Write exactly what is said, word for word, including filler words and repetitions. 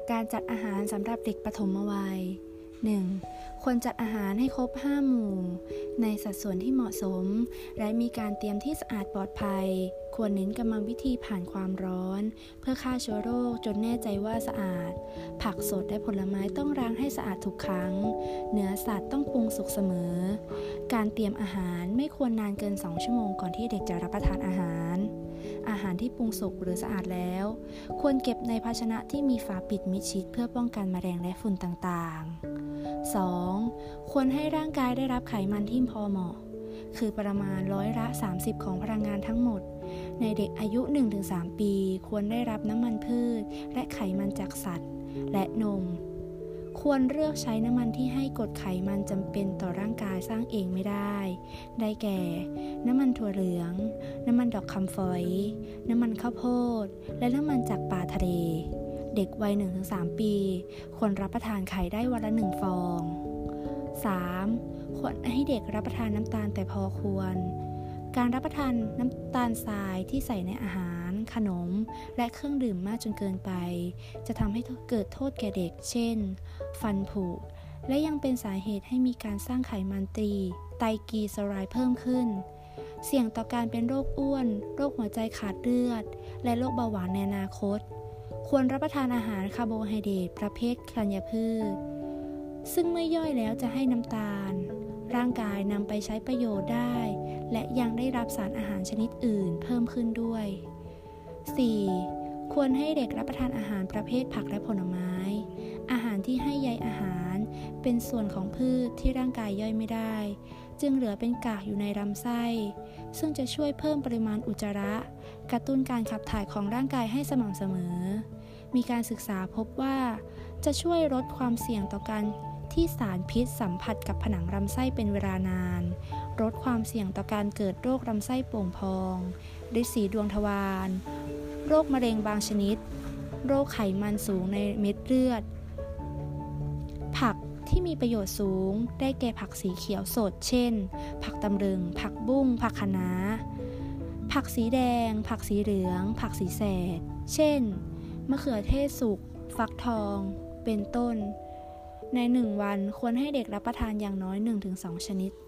การจัดอาหารสำหรับเด็กปฐมวัย หนึ่ง. ควรจัดอาหารให้ครบห้าหมู่ในสัดส่วนที่เหมาะสมและมีการเตรียมที่สะอาดปลอดภัยควรเน้นกรรมวิธีผ่านความร้อนเพื่อฆ่าเชื้อโรคจนแน่ใจว่าสะอาดผักสดและผลไม้ต้องล้างให้สะอาดทุกครั้งเนื้อสัตว์ต้องปรุงสุกเสมอการเตรียมอาหารไม่ควรนานเกินสองชั่วโมงก่อนที่เด็กจะรับประทานอาหารอาหารที่ปรุงสุกหรือสะอาดแล้วควรเก็บในภาชนะที่มีฝาปิดมิดชิดเพื่อป้องกันแมลงและฝุ่นต่างๆ สอง. ควรให้ร่างกายได้รับไขมันที่พอเหมาะคือประมาณร้อยละสามสิบของพลังงานทั้งหมดในเด็กอายุ หนึ่งถึงสาม ปีควรได้รับน้ำมันพืชและไขมันจากสัตว์และนมควรเลือกใช้น้ำมันที่ให้กรดไขมันจำเป็นต่อร่างกายสร้างเองไม่ได้ได้แก่น้ำมันถั่วเหลืองน้ำมันดอกคำฝอยน้ำมันข้าวโพดและน้ำมันจากปลาทะเลเด็กวัย หนึ่งถึงสาม ปีควรรับประทานไข่ได้วันละหนึ่งฟอง สาม. ควรให้เด็กรับประทานน้ำตาลแต่พอควรการรับประทานน้ำตาลทรายที่ใส่ในอาหารขนมและเครื่องดื่มมากจนเกินไปจะทำให้เกิดโทษแก่เด็กเช่นฟันผุและยังเป็นสาเหตุให้มีการสร้างไขมันตรีไตรกลีเซอไรด์เพิ่มขึ้นเสี่ยงต่อการเป็นโรคอ้วนโรคหัวใจขาดเลือดและโรคเบาหวานในอนาคตควรรับประทานอาหารคาร์โบไฮเดรตประเภทธัญพืชซึ่งเมื่อย่อยแล้วจะให้น้ำตาลร่างกายนำไปใช้ประโยชน์ได้และยังได้รับสารอาหารชนิดอื่นเพิ่มขึ้นด้วย สี่. ควรให้เด็กรับประทานอาหารประเภทผักและผลไม้อาหารที่ให้ใยอาหารเป็นส่วนของพืชที่ร่างกายย่อยไม่ได้จึงเหลือเป็นกากอยู่ในลำไส้ซึ่งจะช่วยเพิ่มปริมาณอุจจาระกระตุ้นการขับถ่ายของร่างกายให้สม่ำเสมอมีการศึกษาพบว่าจะช่วยลดความเสี่ยงต่อการที่สารพิษสัมผัสกับผนังลำไส้เป็นเวลานานลดความเสี่ยงต่อการเกิดโรคลำไส้โป่งพองฤทธิ์สีดวงทวารโรคมะเร็งบางชนิดโรคไขมันสูงในเม็ดเลือดผักที่มีประโยชน์สูงได้แก่ผักสีเขียวสดเช่นผักตำลึงผักบุ้งผักคะน้าผักสีแดงผักสีเหลืองผักสีแสดเช่นมะเขือเทศสุกฟักทองเป็นต้นในหนึ่งวันควรให้เด็กรับประทานอย่างน้อย หนึ่งถึงสอง ชนิด